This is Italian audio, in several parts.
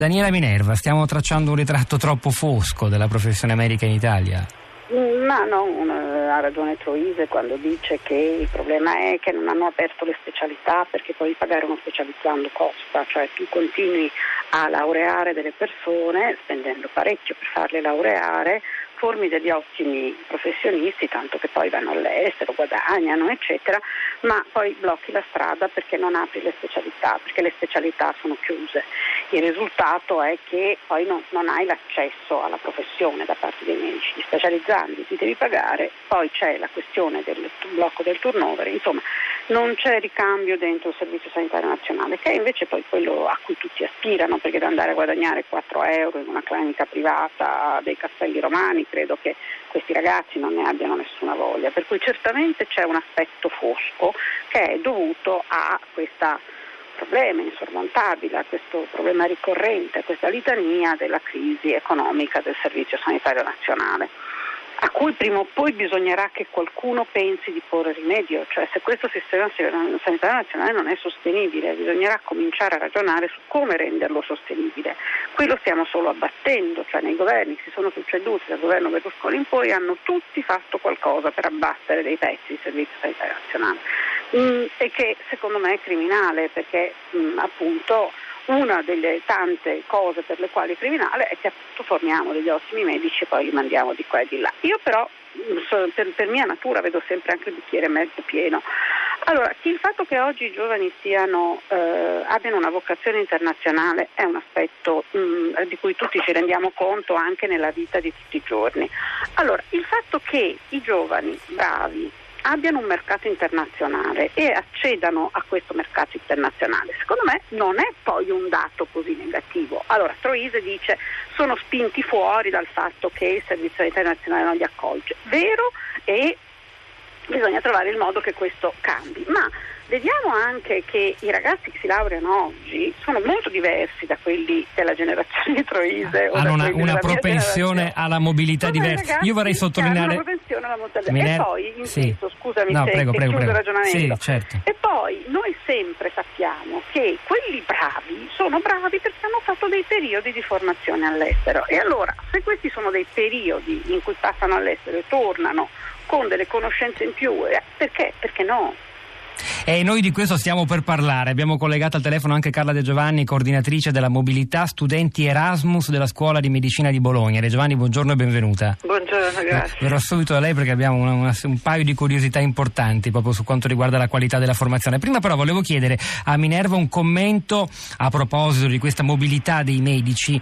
Daniela Minerva, stiamo tracciando un ritratto troppo fosco della professione medica in Italia? Ma non ha ragione Troise quando dice che il problema è che non hanno aperto le specialità, perché poi pagare uno specializzando costa, cioè tu continui a laureare delle persone spendendo parecchio per farle laureare, formi degli ottimi professionisti, tanto che poi vanno all'estero, guadagnano eccetera, ma poi blocchi la strada perché non apri le specialità, perché le specialità sono chiuse. Il risultato è che poi non hai l'accesso alla professione da parte dei medici. Gli specializzandi ti devi pagare, poi c'è la questione del blocco del turnover, insomma non c'è ricambio dentro il Servizio Sanitario Nazionale, che è invece poi quello a cui tutti aspirano, perché da andare a guadagnare 4 euro in una clinica privata dei Castelli Romani credo che questi ragazzi non ne abbiano nessuna voglia, per cui certamente c'è un aspetto fosco che è dovuto a questo problema insormontabile, a questo problema ricorrente, a questa litania della crisi economica del Servizio Sanitario Nazionale, a cui prima o poi bisognerà che qualcuno pensi di porre rimedio, cioè se questo sistema sanitario nazionale non è sostenibile bisognerà cominciare a ragionare su come renderlo sostenibile. Qui lo stiamo solo abbattendo, cioè nei governi che si sono succeduti dal governo Berlusconi in poi hanno tutti fatto qualcosa per abbattere dei pezzi di Servizio Sanitario Nazionale e che secondo me è criminale perché appunto una delle tante cose per le quali è criminale è che appunto formiamo degli ottimi medici e poi li mandiamo di qua e di là. Io però per mia natura vedo sempre anche il bicchiere mezzo pieno. Allora, il fatto che oggi i giovani abbiano una vocazione internazionale è un aspetto di cui tutti ci rendiamo conto anche nella vita di tutti i giorni. Allora, il fatto che i giovani bravi abbiano un mercato internazionale e accedano a questo mercato internazionale, secondo me non è poi un dato così negativo. Allora, Troise dice sono spinti fuori dal fatto che il Servizio Sanitario Nazionale non li accolge. Vero, e bisogna trovare il modo che questo cambi, ma vediamo anche che i ragazzi che si laureano oggi sono molto diversi da quelli della generazione di Troise. Hanno una propensione alla mobilità diversa. Io vorrei sottolineare una propensione alla mobilità diversa. E poi, insisto, scusami no, se prego. il ragionamento. Sì, certo. E poi noi sempre sappiamo che quelli bravi sono bravi perché hanno fatto dei periodi di formazione all'estero. E allora, se questi sono dei periodi in cui passano all'estero e tornano con delle conoscenze in più, perché? Perché no? E noi di questo stiamo per parlare. Abbiamo collegato al telefono anche Carla De Giovanni, coordinatrice della mobilità studenti Erasmus della Scuola di Medicina di Bologna. De Giovanni, buongiorno e benvenuta. Buongiorno, grazie. Verrò subito da lei perché abbiamo un paio di curiosità importanti proprio su quanto riguarda la qualità della formazione. Prima però volevo chiedere a Minerva un commento a proposito di questa mobilità dei medici.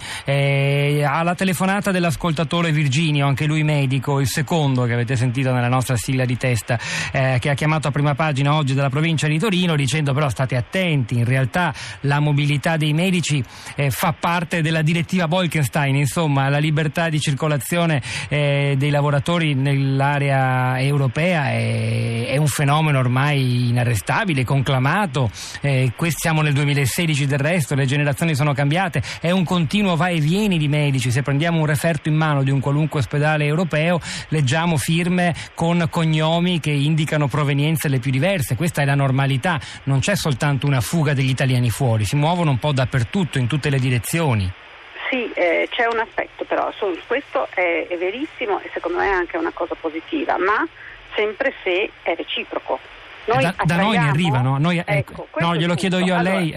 Alla telefonata dell'ascoltatore Virginio, anche lui medico, il secondo che avete sentito nella nostra sigla di testa, che ha chiamato a prima pagina oggi della provincia di Torino dicendo però state attenti, in realtà la mobilità dei medici fa parte della direttiva Bolkestein, insomma la libertà di circolazione dei lavoratori nell'area europea è un fenomeno ormai inarrestabile, conclamato, siamo nel 2016 del resto, le generazioni sono cambiate, è un continuo va e vieni di medici. Se prendiamo un referto in mano di un qualunque ospedale europeo leggiamo firme con cognomi che indicano provenienze le più diverse. Questa è la normalità, non c'è soltanto una fuga degli italiani fuori, si muovono un po' dappertutto, in tutte le direzioni. Sì, c'è un aspetto però, questo è verissimo e secondo me è anche una cosa positiva, ma sempre se è reciproco. Da noi ne arrivano, no, glielo chiedo io a lei.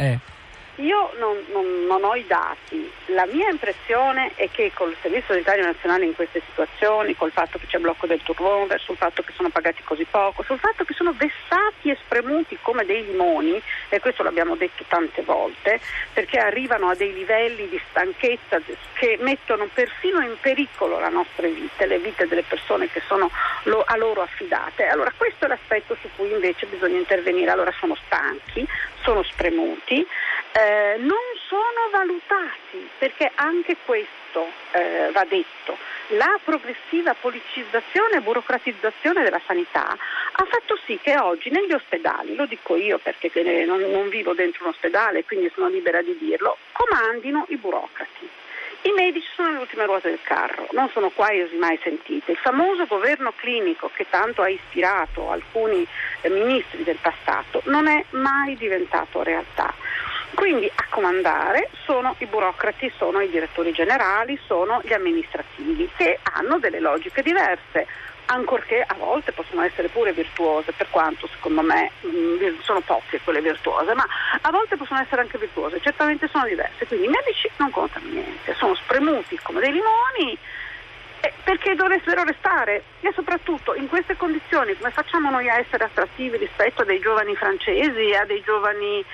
Io non ho i dati, la mia impressione è che col Servizio Sanitario Nazionale in queste situazioni, col fatto che c'è blocco del turnover, sul fatto che sono pagati così poco, sul fatto che sono vessati e spremuti come dei limoni, e questo l'abbiamo detto tante volte, perché arrivano a dei livelli di stanchezza che mettono persino in pericolo la nostra vita, le vite delle persone che sono a loro affidate. Allora questo è l'aspetto su cui invece bisogna intervenire. Allora sono stanchi, sono spremuti, non sono valutati, perché anche questo va detto. La progressiva policizzazione e burocratizzazione della sanità ha fatto sì che oggi negli ospedali, lo dico io perché non vivo dentro un ospedale quindi sono libera di dirlo, comandino i burocrati. I medici sono le ultime ruote del carro, non sono quasi mai sentite. Il famoso governo clinico che tanto ha ispirato alcuni ministri del passato non è mai diventato realtà. Quindi a comandare sono i burocrati, sono i direttori generali, sono gli amministrativi, che hanno delle logiche diverse, ancorché a volte possono essere pure virtuose, per quanto secondo me sono poche quelle virtuose, ma a volte possono essere anche virtuose, certamente sono diverse. Quindi i medici non contano niente, sono spremuti come dei limoni, perché dovrebbero restare, e soprattutto in queste condizioni come facciamo noi a essere attrattivi rispetto a dei giovani francesi, a dei giovani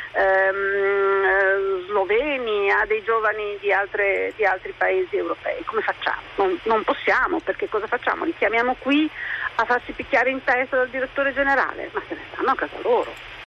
sloveni, a dei giovani di altri paesi europei? Come facciamo? Non possiamo, perché cosa facciamo? Li chiamiamo qui a farsi picchiare in testa dal direttore generale? Ma se ne stanno a casa loro.